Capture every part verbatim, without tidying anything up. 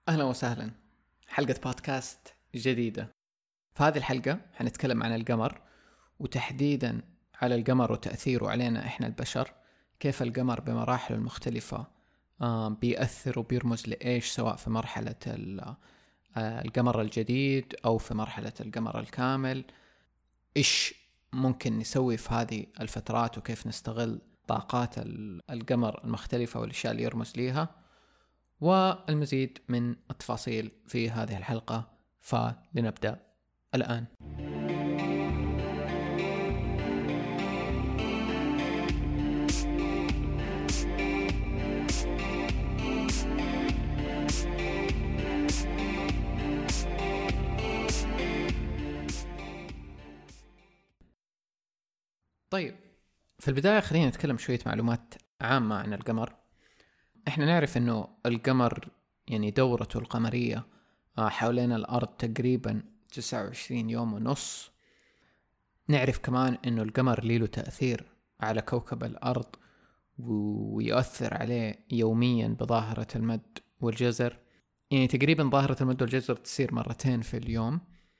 أهلا وسهلا. حلقة بودكاست جديدة. في هذه الحلقة حنتكلم عن القمر، وتحديدا على القمر وتأثيره علينا إحنا البشر. كيف القمر بمراحله المختلفة بيأثر وبيرمز لإيش، سواء في مرحلة القمر الجديد أو في مرحلة القمر الكامل. إيش ممكن نسوي في هذه الفترات، وكيف نستغل طاقات القمر المختلفة والأشياء اللي يرمز ليها، والمزيد من التفاصيل في هذه الحلقة. فلنبدأ الآن. طيب، في البداية خلينا نتكلم شوية معلومات عامة عن القمر. احنا نعرف انه القمر يعني دورته القمرية حوالين الأرض تقريبا تسعة وعشرين يوم ونص. نعرف كمان انه القمر له تأثير على كوكب الأرض ويؤثر عليه يوميا بظاهرة المد والجزر. يعني تقريبا ظاهرة المد والجزر تصير مرتين في اليوم،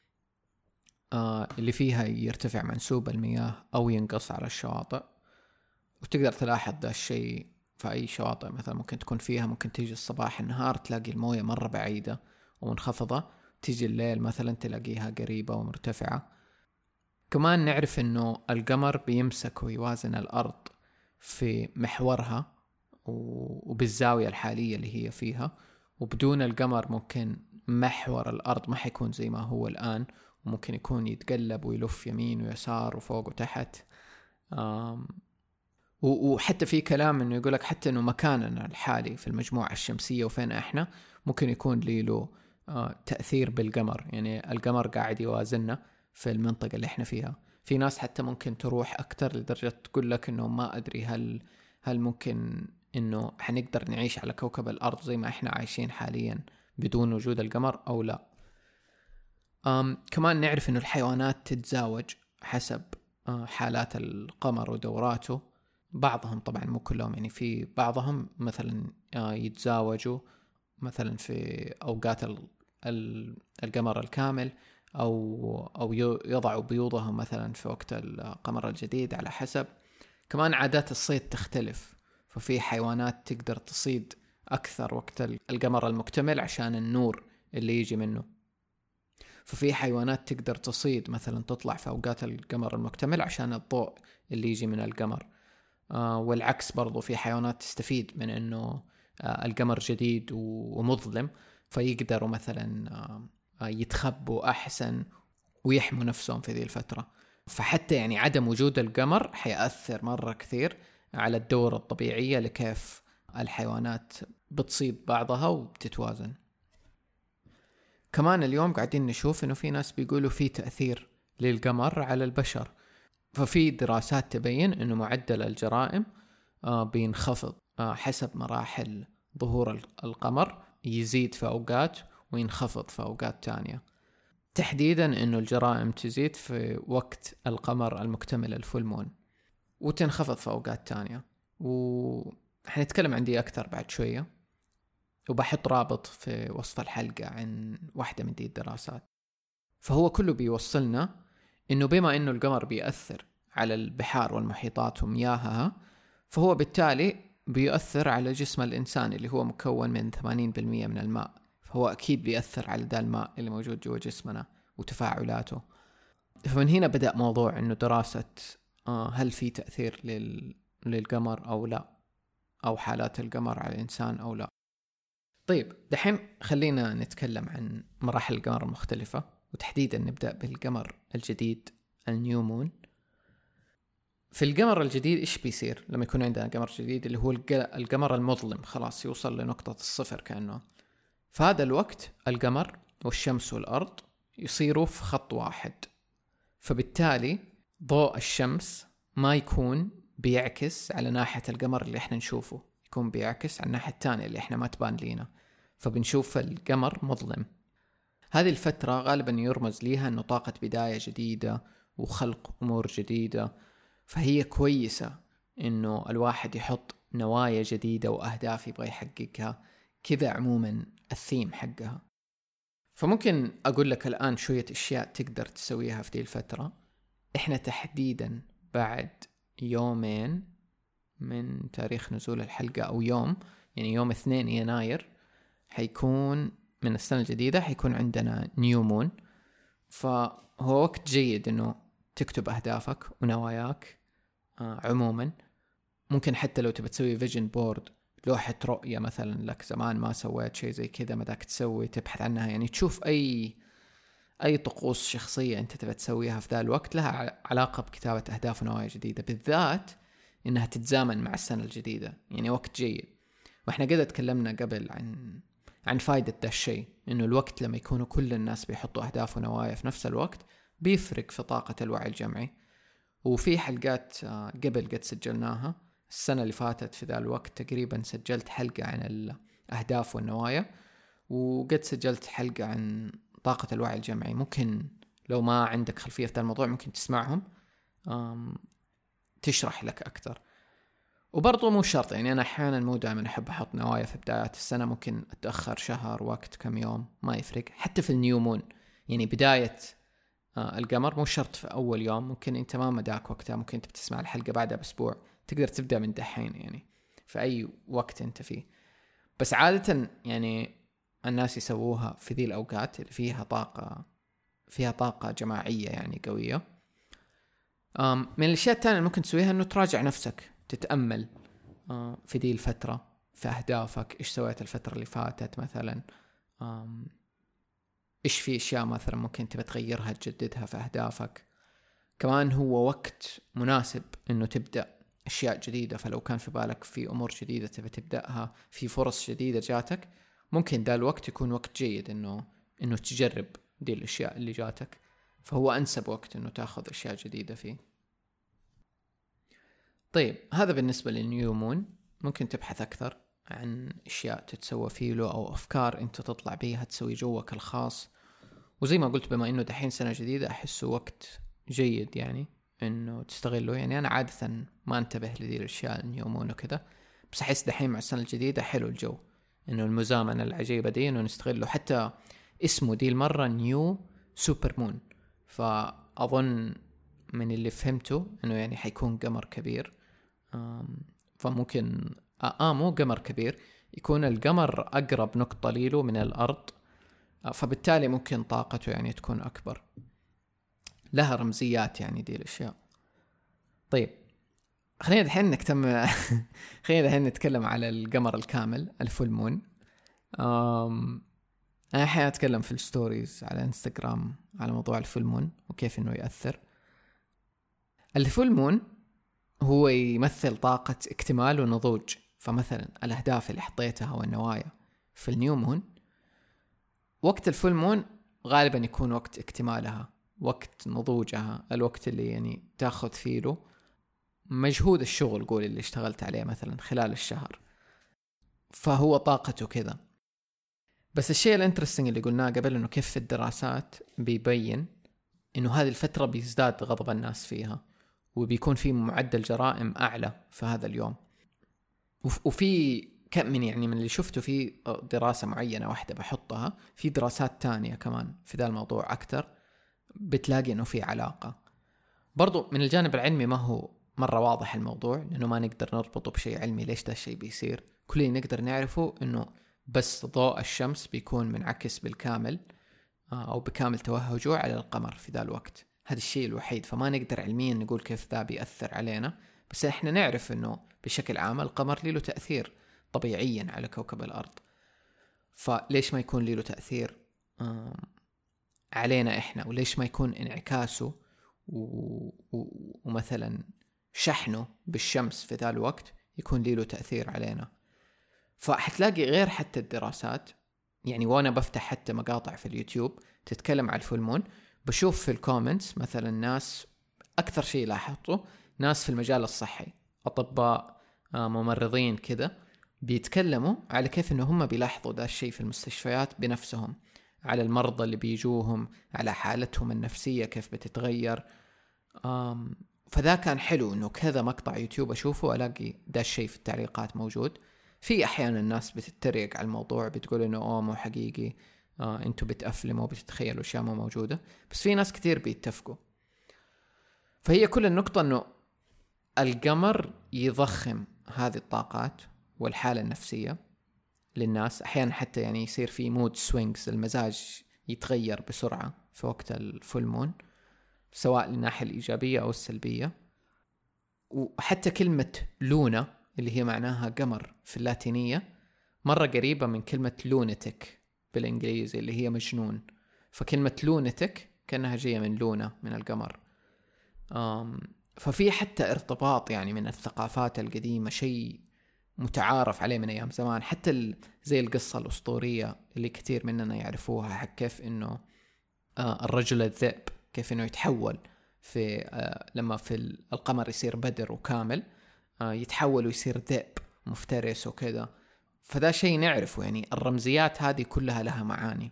آه اللي فيها يرتفع منسوب المياه أو ينقص على الشواطئ. وتقدر تلاحظ ذا الشيء في أي شواطئ مثلا ممكن تكون فيها، ممكن تيجي الصباح النهار تلاقي الموية مرة بعيدة ومنخفضة، تيجي الليل مثلا تلاقيها قريبة ومرتفعة. كمان نعرف انه القمر بيمسك ويوازن الأرض في محورها وبالزاوية الحالية اللي هي فيها، وبدون القمر ممكن محور الأرض ما حيكون زي ما هو الآن، وممكن يكون يتقلب ويلف يمين ويسار وفوق وتحت. آم وحتى في كلام انه يقولك حتى انه مكاننا الحالي في المجموعة الشمسية وفين احنا ممكن يكون له تأثير بالقمر. يعني القمر قاعد يوازننا في المنطقة اللي احنا فيها. في ناس حتى ممكن تروح اكتر لدرجة تقول لك انه ما ادري هل هل ممكن انه حنقدر نعيش على كوكب الارض زي ما احنا عايشين حاليا بدون وجود القمر او لا. أم كمان نعرف انه الحيوانات تتزاوج حسب حالات القمر ودوراته. بعضهم طبعا مو كلهم، يعني في بعضهم مثلا يتزاوجوا مثلا في اوقات القمر الكامل، او او يضعوا بيوضهم مثلا في وقت القمر الجديد، على حسب. كمان عادات الصيد تختلف، ففي حيوانات تقدر تصيد اكثر وقت القمر المكتمل عشان النور اللي يجي منه، ففي حيوانات تقدر تصيد مثلا تطلع في اوقات القمر المكتمل عشان الضوء اللي يجي من القمر. آه والعكس برضو، في حيوانات تستفيد من انه آه القمر جديد ومظلم، فيقدروا مثلا آه يتخبوا احسن ويحموا نفسهم في ذي الفترة. فحتى يعني عدم وجود القمر حيأثر مرة كثير على الدورة الطبيعية لكيف الحيوانات بتصيد بعضها وبتتوازن. كمان اليوم قاعدين نشوف انه في ناس بيقولوا في تأثير للقمر على البشر. ففي دراسات تبين انه معدل الجرائم آه بينخفض آه حسب مراحل ظهور القمر، يزيد في اوقات وينخفض في اوقات تانية. تحديدا انه الجرائم تزيد في وقت القمر المكتمل الفول مون، وتنخفض في اوقات تانية. وحنتكلم عن دي اكثر بعد شوية، وبحط رابط في وصف الحلقة عن واحدة من دي الدراسات. فهو كله بيوصلنا انه بما انه القمر بيأثر على البحار والمحيطات ومياهها، فهو بالتالي بيؤثر على جسم الإنسان اللي هو مكون من ثمانين بالمئة من الماء، فهو أكيد بيأثر على ذا الماء اللي موجود جوا جسمنا وتفاعلاته. فمن هنا بدأ موضوع إنه دراسة آه هل في تأثير لل... للقمر أو لا، أو حالات القمر على الإنسان أو لا. طيب دحين خلينا نتكلم عن مراحل القمر المختلفة، وتحديدا نبدأ بالقمر الجديد النيو مون. في القمر الجديد إيش بيصير لما يكون عندنا قمر جديد، اللي هو القمر المظلم خلاص يوصل لنقطة الصفر كأنه. في هذا الوقت القمر والشمس والأرض يصيروا في خط واحد، فبالتالي ضوء الشمس ما يكون بيعكس على ناحية القمر اللي احنا نشوفه، يكون بيعكس على الناحية التانية اللي احنا ما تبان لينا، فبنشوف القمر مظلم. هذه الفترة غالبا يرمز ليها أنه طاقة بداية جديدة وخلق أمور جديدة، فهي كويسة إنه الواحد يحط نوايا جديدة وأهداف يبغى يحققها كذا عموما الثيم حقها. فممكن أقول لك الآن شوية أشياء تقدر تسويها في دي الفترة. إحنا تحديدا بعد يومين من تاريخ نزول الحلقة أو يوم، يعني يوم اثنين يناير حيكون من السنة الجديدة، حيكون عندنا نيو مون. فهو وقت جيد إنه تكتب أهدافك ونواياك. آه عموما ممكن حتى لو تبى تسوي فيجن بورد، لوحة رؤية مثلا لك زمان ما سويت شيء زي كذا، مداك تسوي تبحث عنها، يعني تشوف أي أي طقوس شخصية أنت تبى تسويها في ذا الوقت لها علاقة بكتابة أهداف ونوايا جديدة، بالذات إنها تتزامن مع السنة الجديدة، يعني وقت جيد. وإحنا قد تكلمنا قبل عن عن فائدة ده الشيء، إنه الوقت لما يكونوا كل الناس بيحطوا أهداف ونوايا في نفس الوقت بيفرق في طاقة الوعي الجمعي. وفي حلقات قبل قد سجلناها السنة اللي فاتت في ذا الوقت، تقريبا سجلت حلقة عن الأهداف والنوايا، وقد سجلت حلقة عن طاقة الوعي الجمعي. ممكن لو ما عندك خلفية في هذا الموضوع ممكن تسمعهم تشرح لك أكثر. وبرضو مو شرط، يعني أنا أحيانا مو دائما أحب أحط نوايا في بدايات السنة، ممكن أتأخر شهر وقت كم يوم ما يفرق. حتى في النيومون يعني بداية آه القمر مو شرط في أول يوم، ممكن أنت ما مداك وقتها، ممكن أنت بتسمع الحلقة بعدها بأسبوع، تقدر تبدأ من دحين يعني في أي وقت أنت فيه. بس عادة يعني الناس يسووها في ذي الأوقات اللي فيها طاقة فيها طاقة جماعية يعني قوية. آم من الأشياء التانية ممكن تسويها إنه تراجع نفسك، تتأمل آه في دي الفترة في أهدافك، إيش سويت الفترة اللي فاتت مثلا، آم إيش في أشياء مثلا ممكن تبى تغيرها تجددها في أهدافك. كمان هو وقت مناسب إنه تبدأ أشياء جديدة، فلو كان في بالك في أمور جديدة تبى تبدأها، في فرص جديدة جاتك، ممكن ده الوقت يكون وقت جيد إنه إنه تجرب دي الأشياء اللي جاتك. فهو أنسب وقت إنه تأخذ أشياء جديدة فيه. طيب هذا بالنسبة للنيو مون. ممكن تبحث أكثر عن أشياء تتسوى فيه له أو أفكار أنت تطلع بيها تسوي جوك الخاص. وزي ما قلت بما إنه دحين سنة جديدة أحسه وقت جيد يعني إنه تستغله. يعني أنا عادة ما انتبه لذي الأشياء النيو مون وكذا، بس أحس دحين مع السنة الجديدة حلو الجو، إنه المزامنة العجيبة دي إنه نستغله. حتى اسمه دي المرة نيو سوبر مون، فأظن من اللي فهمته إنه يعني حيكون قمر كبير. فممكن آه مو قمر كبير، يكون القمر أقرب نقطة ليله من الأرض، فبالتالي ممكن طاقته يعني تكون أكبر. لها رمزيات يعني دي الأشياء. طيب خلينا دحين نكتم خلينا دحين نتكلم على القمر الكامل الفول مون. أم... أنا أحيانا أتكلم في الستوريز على إنستغرام على موضوع الفول مون وكيف إنه يأثر. الفول مون هو يمثل طاقة اكتمال ونضوج. فمثلا الأهداف اللي حطيتها والنوايا في النيو مون، وقت الفول مون غالبا يكون وقت اكتمالها، وقت نضوجها، الوقت اللي يعني تاخذ فيه له مجهود الشغل قول اللي اشتغلت عليه مثلا خلال الشهر، فهو طاقته كذا. بس الشيء الانترستينج اللي قلناه قبل انه كيف في الدراسات بيبين انه هذه الفترة بيزداد غضب الناس فيها، وبيكون في معدل جرائم اعلى في هذا اليوم. وفي كم من يعني من اللي شفته في دراسة معينة واحدة بحطها، في دراسات تانية كمان في ذا الموضوع أكتر، بتلاقي إنه في علاقة. برضو من الجانب العلمي ما هو مرة واضح الموضوع، لأنه ما نقدر نربطه بشيء علمي ليش ده الشيء بيصير. كل اللي نقدر نعرفه إنه بس ضوء الشمس بيكون منعكس بالكامل أو بكامل توهجه على القمر في ذا الوقت، هذا الشيء الوحيد. فما نقدر علميا نقول كيف ذا بيأثر علينا، بس إحنا نعرف إنه بشكل عام القمر له تأثير طبيعيا على كوكب الأرض، فليش ما يكون له تأثير علينا إحنا، وليش ما يكون انعكاسه و... و... ومثلا شحنه بالشمس في ذا الوقت يكون له تأثير علينا. فحتلاقي غير حتى الدراسات يعني، وانا بفتح حتى مقاطع في اليوتيوب تتكلم على الفول مون، بشوف في الكومنتس مثلا ناس، اكثر شيء لاحظته ناس في المجال الصحي، اطباء ممرضين كذا، بيتكلموا على كيف انه هم بيلاحظوا ده الشيء في المستشفيات بنفسهم، على المرضى اللي بيجوهم، على حالتهم النفسية كيف بتتغير. فذا كان حلو انه كذا مقطع يوتيوب اشوفه الاقي ده الشيء في التعليقات موجود. في أحيانا الناس بتتريق على الموضوع، بتقول إنه أوه مو حقيقي، آه أنتوا بتأفلموا وبتتخيلوا أشياء مو موجودة، بس في ناس كتير بيتفقوا. فهي كل النقطة إنه القمر يضخم هذه الطاقات والحالة النفسية للناس. أحيانا حتى يعني يصير في مود سوينجز، المزاج يتغير بسرعة في وقت الفول مون، سواء للناحية الإيجابية أو السلبية. وحتى كلمة لونا اللي هي معناها قمر في اللاتينية مرة قريبة من كلمة لونتك بالإنجليزي اللي هي مجنون. فكلمة لونتك كأنها جاية من لونا، من القمر. أم ففي حتى ارتباط يعني من الثقافات القديمة، شيء متعارف عليه من أيام زمان. حتى زي القصة الأسطورية اللي كثير مننا يعرفوها، حق كيف إنه آه الرجل الذئب كيف إنه يتحول في آه لما في القمر يصير بدر وكامل، آه يتحول ويصير ذئب مفترس وكذا. فده شيء نعرفه، يعني الرمزيات هذه كلها لها معاني.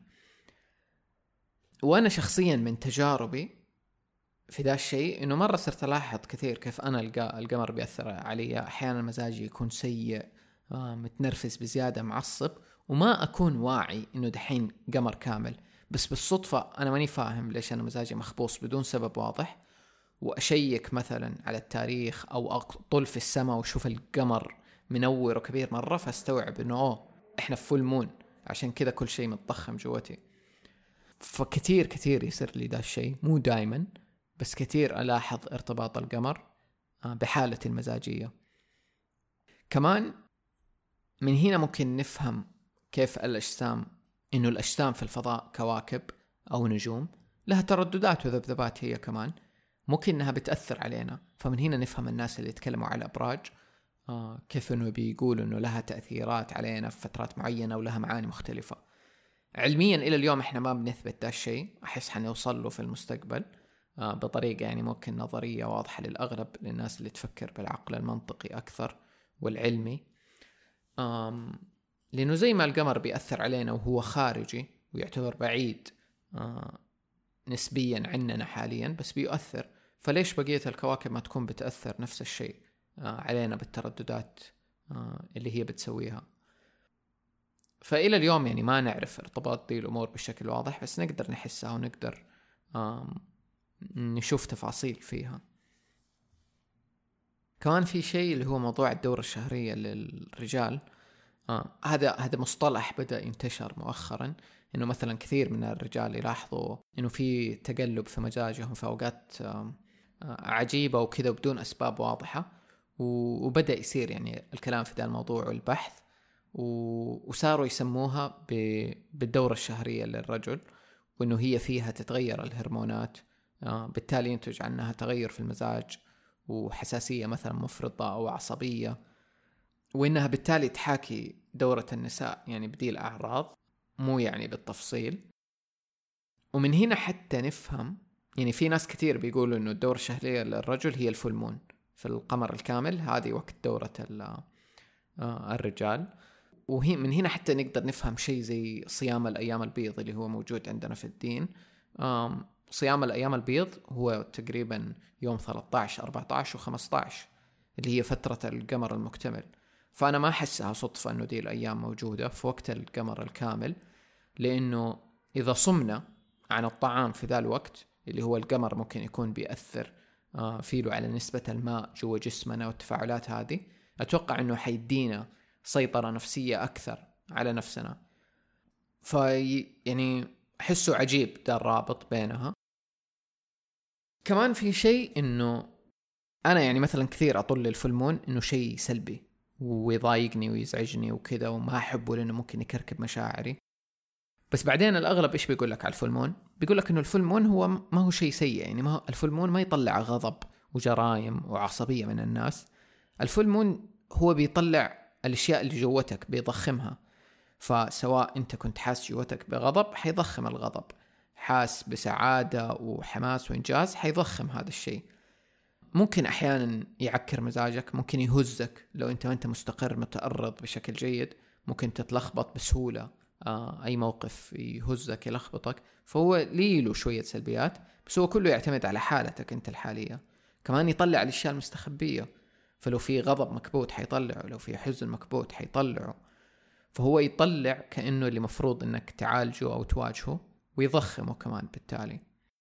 وأنا شخصيا من تجاربي في ذا الشيء إنه مرة صرت ألاحظ كثير كيف أنا القمر بيأثر علي. أحيانا مزاجي يكون سيء، آه متنرفز بزيادة، معصب، وما أكون واعي إنه دحين قمر كامل، بس بالصدفة أنا ماني فاهم ليش أنا مزاجي مخبوص بدون سبب واضح، وأشيك مثلا على التاريخ أو أطل في السماء وشوف القمر منور وكبير مرة، فاستوعب إنه أوه إحنا في فول مون، عشان كذا كل شيء متضخم جواتي. فكتير كتير يصير لي دا الشيء، مو دايما بس كتير ألاحظ ارتباط القمر بحالة المزاجية. كمان من هنا ممكن نفهم كيف الأجسام، إنه الأجسام في الفضاء كواكب أو نجوم لها ترددات وذبذبات هي كمان، ممكن إنها بتأثر علينا. فمن هنا نفهم الناس اللي يتكلموا على الأبراج آه كيف إنه بيقولوا إنه لها تأثيرات علينا في فترات معينة ولها معاني مختلفة. علميا إلى اليوم إحنا ما بنثبت ده الشيء، أحس حنوصل له في المستقبل آه بطريقة يعني ممكن نظرية واضحة للأغلب للناس اللي تفكر بالعقل المنطقي أكثر والعلمي. آم لأنه زي ما القمر بيأثر علينا وهو خارجي ويعتبر بعيد آه نسبيا عننا حاليا، بس بيؤثر، فليش بقية الكواكب ما تكون بتأثر نفس الشيء آه علينا بالترددات آه اللي هي بتسويها؟ فإلى اليوم يعني ما نعرف ارتباط دي الأمور بشكل واضح، بس نقدر نحسها ونقدر نشوف تفاصيل فيها. كمان في شيء اللي هو موضوع الدورة الشهرية للرجال. آه هذا هذا مصطلح بدأ ينتشر مؤخرا، إنه مثلا كثير من الرجال يلاحظوا إنه في تقلب في مزاجهم في أوقات آه عجيبة وكذا بدون أسباب واضحة، وبدأ يصير يعني الكلام في ذا الموضوع والبحث، وصاروا يسموها بالدورة الشهرية للرجل، وإنه هي فيها تتغير الهرمونات، بالتالي ينتج عنها تغير في المزاج وحساسية مثلا مفرطة أو عصبية، وإنها بالتالي تحاكي دورة النساء يعني بدي الأعراض، مو يعني بالتفصيل. ومن هنا حتى نفهم يعني في ناس كتير بيقولوا إنه الدورة الشهرية للرجل هي الفول مون في القمر الكامل، هذه وقت دورة الرجال. وهي من هنا حتى نقدر نفهم شيء زي صيام الأيام البيض اللي هو موجود عندنا في الدين. صيام الأيام البيض هو تقريبا يوم ثلاثة عشر أربعة عشر وخمسة عشر اللي هي فترة القمر المكتمل. فأنا ما أحسها صدفة أنه دي الأيام موجودة في وقت القمر الكامل، لأنه إذا صمنا عن الطعام في ذا الوقت اللي هو القمر ممكن يكون بيأثر فيه على نسبة الماء جوا جسمنا والتفاعلات هذه، أتوقع أنه حيدينا سيطرة نفسية أكثر على نفسنا. في يعني أحسه عجيب ده الرابط بينها. كمان في شيء إنه أنا يعني مثلا كثير أطل الفلمون إنه شيء سلبي ويضايقني ويزعجني وكذا وما أحبه لأنه ممكن يكركب مشاعري، بس بعدين الأغلب إيش بيقول لك على الفلمون؟ بيقول لك إنه الفلمون هو ما هو شيء سيء، يعني ما هو الفلمون ما يطلع غضب وجرائم وعصبية من الناس. الفلمون هو بيطلع الاشياء اللي جوتك بيضخمها، فسواء انت كنت حاس جوتك بغضب حيضخم الغضب، حاس بسعادة وحماس وانجاز حيضخم هذا الشيء. ممكن احيانا يعكر مزاجك، ممكن يهزك لو انت ما انت مستقر متأرض بشكل جيد، ممكن تتلخبط بسهولة، آه اي موقف يهزك يلخبطك، فهو ليه له شوية سلبيات، بس هو كله يعتمد على حالتك انت الحالية. كمان يطلع الاشياء المستخبية، فلو في غضب مكبوت حيطلعه، لو في حزن مكبوت حيطلعه. فهو يطلع كأنه اللي مفروض انك تعالجه او تواجهه، ويضخمه كمان بالتالي.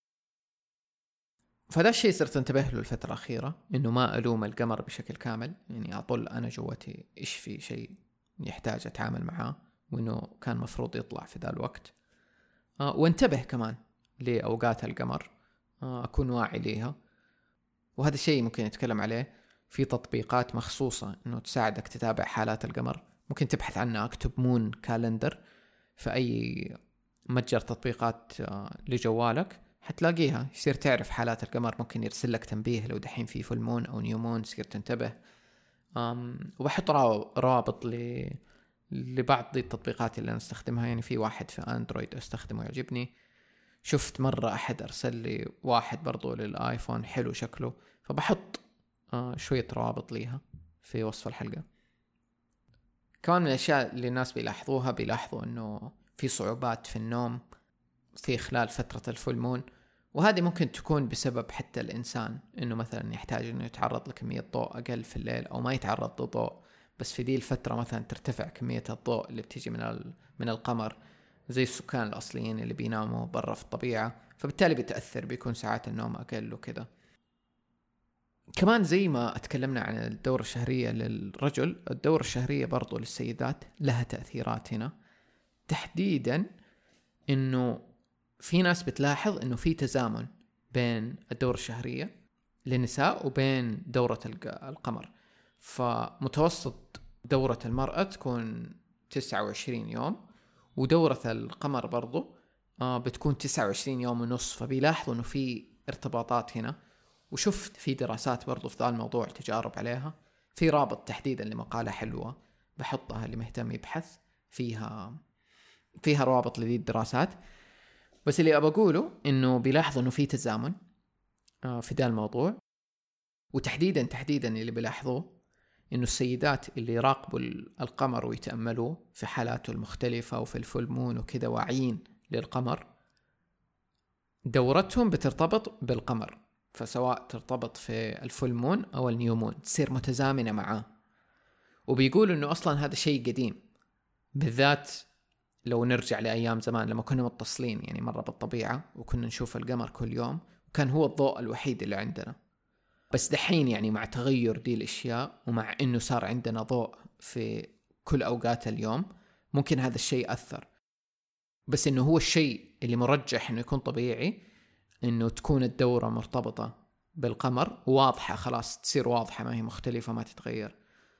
فهذا الشيء صرت انتبه له الفترة الأخيرة، انه ما ألوم القمر بشكل كامل، يعني أطل أنا جوتي إيش في شيء يحتاج أتعامل معاه، وإنه كان مفروض يطلع في ذا الوقت. آه وانتبه كمان لأوقات القمر، آه أكون واعي ليها. وهذا الشيء ممكن نتكلم عليه في تطبيقات مخصوصة إنه تساعدك تتابع حالات القمر، ممكن تبحث عنها، اكتب مون كالندر في أي متجر تطبيقات آه لجوالك حتلاقيها، يصير تعرف حالات القمر، ممكن يرسل لك تنبيه لو دحين في فول مون أو نيو مون، تصير تنتبه. أم وبحط رابط ل... لبعض التطبيقات اللي أنا استخدمها، يعني في واحد في أندرويد استخدمه يعجبني، شفت مرة أحد أرسل لي واحد برضو للآيفون حلو شكله، فبحط آه شوية روابط ليها في وصف الحلقة. كمان من الأشياء اللي الناس بيلاحظوها، بيلاحظوا أنه في صعوبات في النوم في خلال فترة الفول مون، وهذه ممكن تكون بسبب حتى الإنسان، إنه مثلا يحتاج إنه يتعرض لكمية ضوء أقل في الليل، أو ما يتعرض لضوء، بس في دي الفترة مثلا ترتفع كمية الضوء اللي بتيجي من من القمر، زي السكان الأصليين اللي بيناموا برا في الطبيعة، فبالتالي بتأثر، بيكون ساعات النوم أقل وكذا. كمان زي ما أتكلمنا عن الدورة الشهرية للرجل، الدورة الشهرية برضو للسيدات لها تأثيرات هنا، تحديدا إنه في ناس بتلاحظ إنه في تزامن بين الدورة الشهرية للنساء وبين دورة القمر. فمتوسط دورة المرأة تكون تسعة وعشرين يوم، ودورة القمر برضو بتكون تسعة وعشرين يوم ونص، فبيلاحظوا إنه في ارتباطات هنا. وشفت في دراسات برضو في ذا الموضوع، تجارب عليها، في رابط تحديدا لمقالة حلوة بحطها اللي مهتم يبحث فيها، فيها روابط لذي الدراسات. بس اللي أبى أقوله إنه بيلاحظوا إنه في تزامن في ذا الموضوع، وتحديدا تحديدا اللي بيلاحظوه إنه السيدات اللي يراقبوا القمر ويتأملوا في حالاته المختلفة وفي الفول مون وكذا، واعيين للقمر، دورتهم بترتبط بالقمر، فسواء ترتبط في الفول مون أو النيو مون تصير متزامنة معاه. وبيقولوا إنه أصلا هذا شيء قديم، بالذات لو نرجع لأيام زمان لما كنا متصلين يعني مرة بالطبيعة وكنا نشوف القمر كل يوم، وكان هو الضوء الوحيد اللي عندنا. بس دحين يعني مع تغير دي الأشياء، ومع إنه صار عندنا ضوء في كل أوقات اليوم، ممكن هذا الشيء أثر. بس إنه هو الشيء اللي مرجح إنه يكون طبيعي إنه تكون الدورة مرتبطة بالقمر واضحة، خلاص تصير واضحة، ما هي مختلفة، ما تتغير.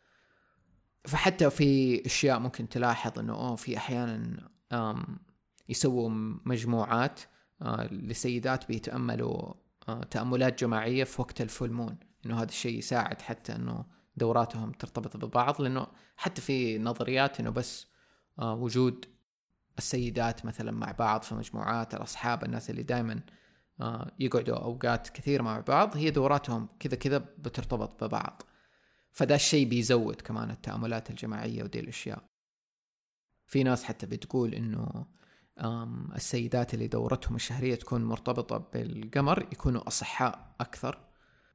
فحتى في أشياء ممكن تلاحظ إنه أوه في أحيانا يسووا مجموعات لسيدات بيتأملوا تأملات جماعية في وقت الفول مون، إنه هذا الشيء يساعد حتى إنه دوراتهم ترتبط ببعض، لأنه حتى في نظريات إنه بس وجود السيدات مثلا مع بعض في مجموعات، الأصحاب، الناس اللي دائما يقعدوا أوقات كثير مع بعض، هي دوراتهم كذا كذا بترتبط ببعض. فده الشيء بيزود كمان التأملات الجماعية ودي الأشياء. في ناس حتى بتقول إنه السيدات اللي دورتهم الشهرية تكون مرتبطة بالقمر يكونوا أصحاء أكثر.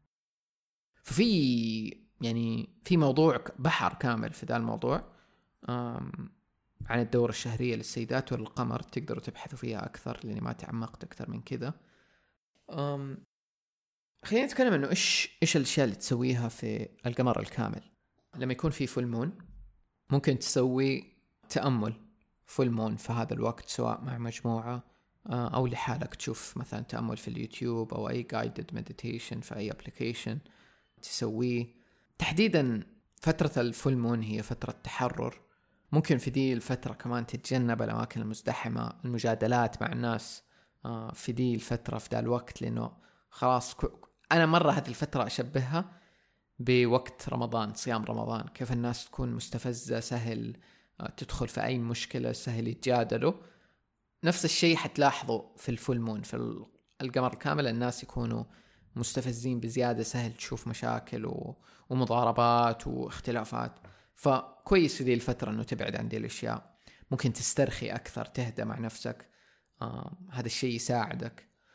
ففي يعني في موضوع بحر كامل في ذا الموضوع عن الدورة الشهرية للسيدات والقمر، تقدروا تبحثوا فيها أكثر لأني ما تعمقت أكثر من كذا. خلينا نتكلم إنه إيش إيش الأشياء اللي تسويها في القمر الكامل. لما يكون في فول مون ممكن تسوي تأمل فول مون في هذا الوقت، سواء مع مجموعة أو لحالك، تشوف مثلا تأمل في اليوتيوب أو أي guided meditation في أي application تسويه. تحديدا فترة الفول مون هي فترة تحرر، ممكن في دي الفترة كمان تتجنب الأماكن المزدحمة، المجادلات مع الناس في دي الفترة في ذا الوقت، لأنه خلاص أنا مرة هذه الفترة أشبهها بوقت رمضان، صيام رمضان، كيف الناس تكون مستفزة، سهل تدخل في أي مشكلة، سهل يتجادلوا. نفس الشيء حتلاحظوا في الفول مون، في القمر الكامل الناس يكونوا مستفزين بزيادة، سهل تشوف مشاكل ومضاربات واختلافات. فكويس في ذي الفترة أنه تبعد عن ذي الأشياء، ممكن تسترخي أكثر، تهدى مع نفسك، آه هذا الشيء يساعدك.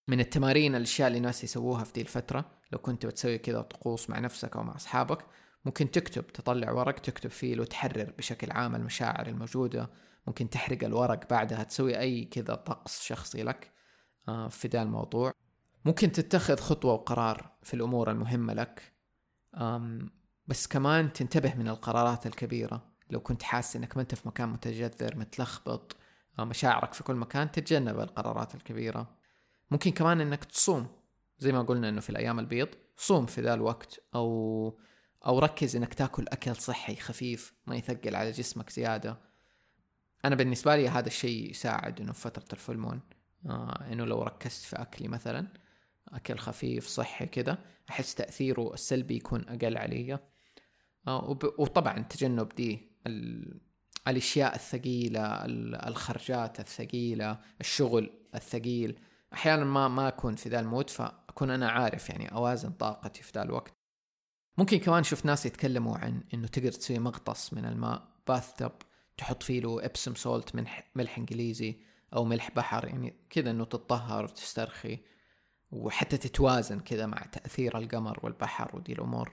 من التمارين الأشياء اللي الناس يسووها في دي الفترة، لو كنت بتسوي كذا طقوس مع نفسك أو مع أصحابك، ممكن تكتب، تطلع ورق تكتب فيه وتحرر بشكل عام المشاعر الموجودة. ممكن تحرق الورق بعدها، تسوي أي كذا طقس شخصي لك في ذا الموضوع. ممكن تتخذ خطوة وقرار في الأمور المهمة لك، بس كمان تنتبه من القرارات الكبيرة. لو كنت حاسس إنك ما أنت في مكان متجذر متلخبط، مشاعرك في كل مكان، تتجنب القرارات الكبيرة. ممكن كمان إنك تصوم، زي ما قلنا إنه في الأيام البيض، صوم في ذا الوقت، أو أو ركز إنك تأكل أكل صحي خفيف ما يثقل على جسمك زيادة. أنا بالنسبة لي هذا الشيء يساعد إنه في فترة الفول مون، آه إنه لو ركزت في أكلي مثلا أكل خفيف صحي كده، أحس تأثيره السلبي يكون أقل علي. آه وب... وطبعا تجنب دي ال... الأشياء الثقيلة، الخرجات الثقيلة، الشغل الثقيل. أحيانا ما ما أكون في ذا المود، فأكون أنا عارف يعني أوازن طاقتي في ذا الوقت. ممكن كمان شوف ناس يتكلموا عن إنه تقدر تسوي مغطس من الماء، باث تحط فيه له إبسم سولت، من ملح إنجليزي أو ملح بحر، يعني كذا إنه تتطهر وتسترخي وحتى تتوازن كذا مع تأثير القمر والبحر ودي الأمور.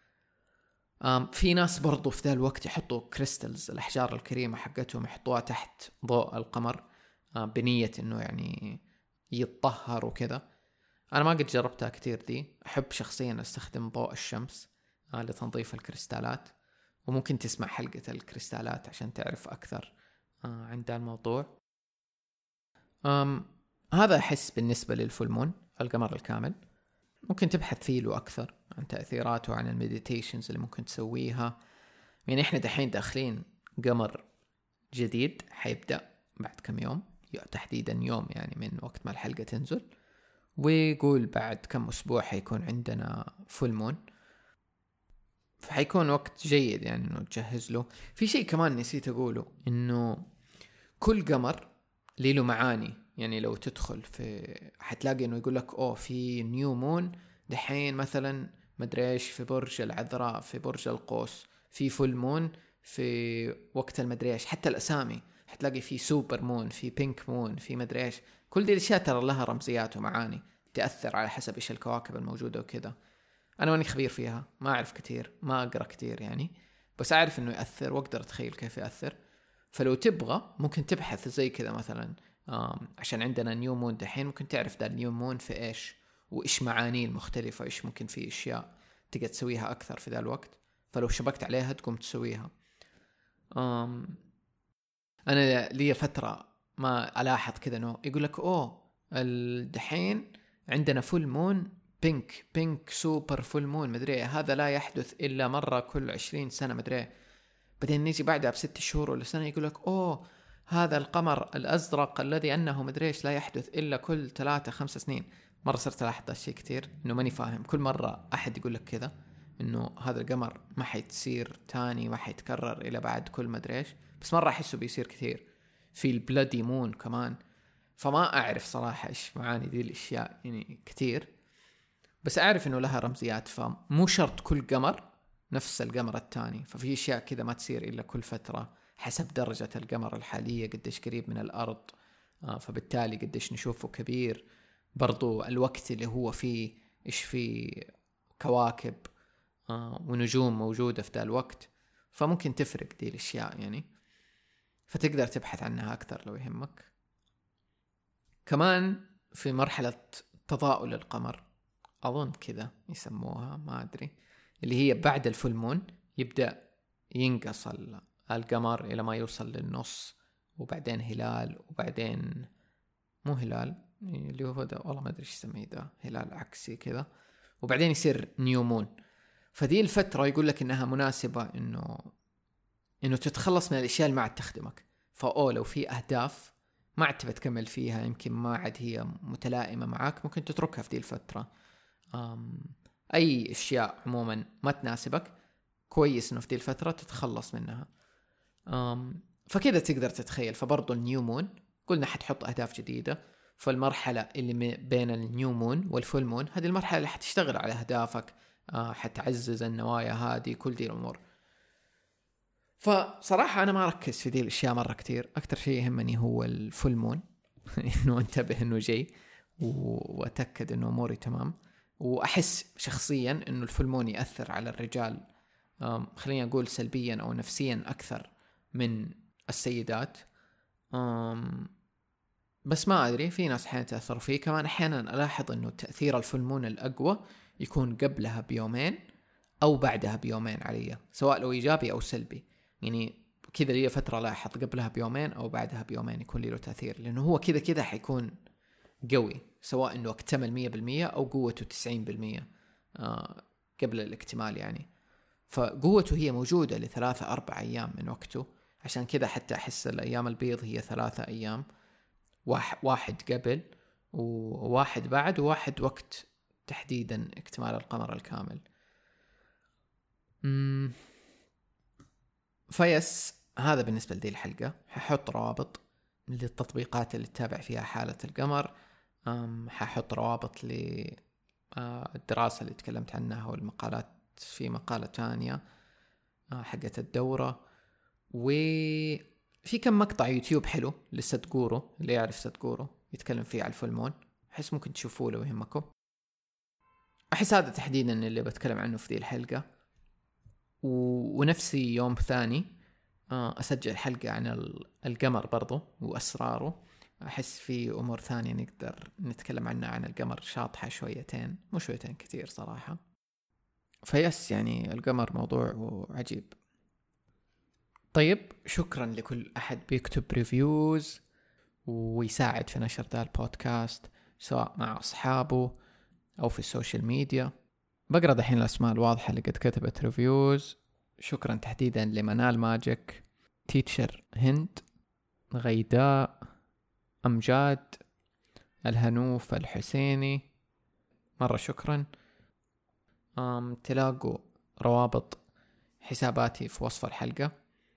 في ناس برضو في ذا الوقت يحطوا كريستالز، الأحجار الكريمة حقتهم، يحطوها تحت ضوء القمر بنية إنه يعني يتطهر وكذا. أنا ما قد جربتها كتير دي، أحب شخصيا أستخدم ضوء الشمس لتنظيف الكريستالات. وممكن تسمع حلقة الكريستالات عشان تعرف أكثر عن ذا الموضوع. أم هذا أحس بالنسبة للفول مون، القمر الكامل. ممكن تبحث فيه له أكثر عن تأثيراته، عن المديتيشنز اللي ممكن تسويها. يعني إحنا دحين داخلين قمر جديد حيبدأ بعد كم يوم، تحديدا يوم يعني من وقت ما الحلقة تنزل، ويقول بعد كم أسبوع حيكون عندنا فول مون. فحيكون وقت جيد يعني إنه تجهز له. في شيء كمان نسيت أقوله، إنه كل قمر له معاني. يعني لو تدخل في حتلاقي إنه يقول لك أوه في نيو مون دحين مثلا مدري إيش في برج العذراء، في برج القوس، في فول مون في وقت المدري إيش. حتى الأسامي حتلاقي في سوبر مون، في بينك مون، في مدري إيش. كل دي الأشياء ترى لها رمزيات ومعاني تأثر على حسب إيش الكواكب الموجودة وكذا. أنا ماني خبير فيها، ما أعرف كتير، ما أقرأ كتير يعني، بس أعرف إنه يأثر وأقدر أتخيل كيف يأثر. فلو تبغى ممكن تبحث زي كذا مثلا، عشان عندنا نيو مون دحين، ممكن تعرف ده النيو مون في إيش وإيش معانيه المختلفة، إيش ممكن في أشياء تقدر تسويها أكثر في ذا الوقت. فلو شبكت عليها تقوم تسويها. أم أنا لي فترة ما ألاحظ كذا إنه يقول لك أوه الدحين عندنا فول مون بينك بينك سوبر فول مون مدري هذا لا يحدث إلا مرة كل عشرين سنة مدري. بعدين نيجي بعدها بست شهور ولا سنة يقول لك أوه هذا القمر الأزرق الذي أنه مدريش لا يحدث إلا كل ثلاثة خمسة سنين. مرة صرت ألاحظ الشيء كتير، إنه ماني فاهم. كل مرة أحد يقول لك كذا إنه هذا القمر ما حيتصير تاني، ما حيتكرر إلى بعد كل مدريش، بس مرة أحسه بيصير كثير. في البلادي مون كمان. فما أعرف صراحة إيش معاني دي الأشياء يعني كتير، بس أعرف إنه لها رمزيات. فمو شرط كل قمر نفس القمر التاني، ففي أشياء كذا ما تصير إلا كل فترة حسب درجة القمر الحالية، قديش قريب من الأرض، فبالتالي قديش نشوفه كبير. برضو الوقت اللي هو فيه إيش فيه كواكب ونجوم موجودة في ذا الوقت، فممكن تفرق دي الأشياء يعني. فتقدر تبحث عنها أكثر لو يهمك. كمان في مرحلة تضاؤل القمر، أظن كذا يسموها، ما أدري، اللي هي بعد الفول مون يبدأ ينقص القمر إلى ما يوصل للنص، وبعدين هلال، وبعدين مو هلال اللي هو ده، والله ما أدري إيش يسميه ده، هلال عكسي كذا، وبعدين يصير نيو مون. فدي الفترة يقول لك إنها مناسبة إنه إنه تتخلص من الأشياء اللي ما عاد تخدمك. فأو لو في أهداف ما عاد تبى تكمل فيها، يمكن ما عاد هي متلائمة معك، ممكن تتركها في دي الفترة. أم أي أشياء عموما ما تناسبك كويس إنه في دي الفترة تتخلص منها. أم فكذا تقدر تتخيل. فبرضو النيو مون قلنا حتحط أهداف جديدة، فالمرحلة اللي بين النيو مون والفول مون هذه المرحلة اللي حتشتغل على أهدافك، أه حتعزز النوايا هذه، كل دي الأمور. فصراحة أنا ما ركز في دي الأشياء مرة كتير. أكتر شيء يهمني هو الفول مون إنه انتبه إنه جاي، وأتأكد إنه أموري تمام. وأحس شخصيا إنه الفول مون يأثر على الرجال خلينا أقول سلبيا أو نفسيا أكثر من السيدات. بس ما أدري، في ناس أحيانا تأثر فيه. كمان أحيانا ألاحظ إنه تأثير الفول مون الأقوى يكون قبلها بيومين أو بعدها بيومين علي، سواء لو إيجابي أو سلبي. يعني كذا لي فترة لاحظ قبلها بيومين أو بعدها بيومين يكون له تأثير، لأنه هو كذا كذا حيكون قوي، سواء إنه اكتمل مية بالمية أو قوته تسعين بالمية آه قبل الاكتمال يعني. فقوته هي موجودة لثلاثة أربع أيام من وقته، عشان كذا حتى أحس الأيام البيض هي ثلاثة أيام، واحد قبل وواحد بعد وواحد وقت تحديدا اكتمال القمر الكامل. مم. فيس هذا بالنسبة لدي الحلقة. ححط روابط للتطبيقات اللي تتابع فيها حالة القمر، ححط روابط للدراسة اللي تكلمت عنها والمقالات في مقالة تانية حقة الدورة، وفي كم مقطع يوتيوب حلو لسادغورو، اللي يعرف سادغورو يتكلم فيه على الفول مون، أحس ممكن تشوفوه لو يهمكم. أحس هذا تحديدا اللي بتكلم عنه في دي الحلقة. و... ونفسي يوم ثاني أسجل حلقة عن القمر برضو وأسراره. أحس في أمور ثانية نقدر نتكلم عنها عن القمر شاطحة شويتين، مو شويتين كتير صراحة. فيس يعني القمر موضوع عجيب. طيب شكرا لكل أحد بيكتب ريفيوز ويساعد في نشر ذا البودكاست سواء مع أصحابه أو في السوشيال ميديا. بقرأ دحين الأسماء الواضحة اللي قد كتبت ريفيوز. شكرا تحديدا لمنال ماجيك، تيتشر هند، غيداء، أمجاد، الهنوف الحسيني، مرة شكرا. أم تلاقوا روابط حساباتي في وصف الحلقة،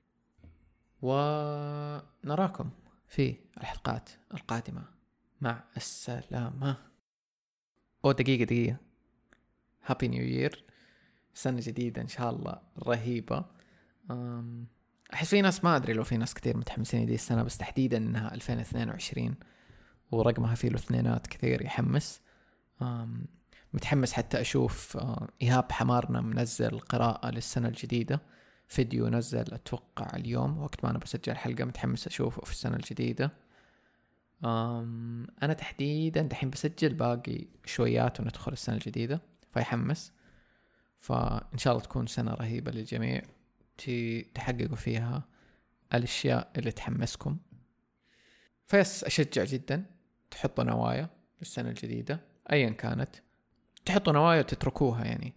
ونراكم في الحلقات القادمة. مع السلامة. أو دقيقة دقيقة هابي نيو يير، سنة جديدة إن شاء الله رهيبة. أم أحس في ناس، ما أدري لو في ناس كتير متحمسين دي السنة، بس تحديدا إنها ألفين واثنين وعشرين ورقمها فيه له اثنينات كثير يحمس. أم متحمس حتى أشوف إيهاب حمارنا منزل قراءة للسنة الجديدة، فيديو نزل أتوقع اليوم وقت ما أنا بسجل حلقة. متحمس أشوفه في السنة الجديدة. أم أنا تحديدا دحين بسجل باقي شويات وندخل السنة الجديدة، فيحمس. فإن شاء الله تكون سنة رهيبة للجميع، تحققوا فيها الأشياء اللي تحمسكم. فيس أشجع جدا تحطوا نوايا للسنة الجديدة أيا كانت، تحطوا نوايا تتركوها يعني.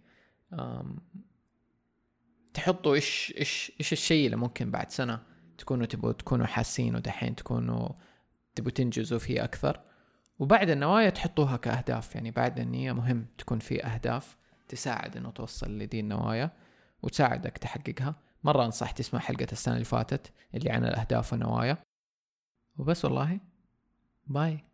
تحطوا إيش إيش إيش الشيء اللي ممكن بعد سنة تكونوا تبوا تكونوا حاسين، ودحين تكونوا تبوا تنجزوا فيه أكثر. وبعد النوايا تحطوها كأهداف، يعني بعد النية مهم تكون في أهداف تساعد إنه توصل لدي النوايا وتساعدك تحققها. مرة أنصح تسمع حلقة السنة اللي فاتت اللي عن الأهداف والنوايا. وبس والله، باي.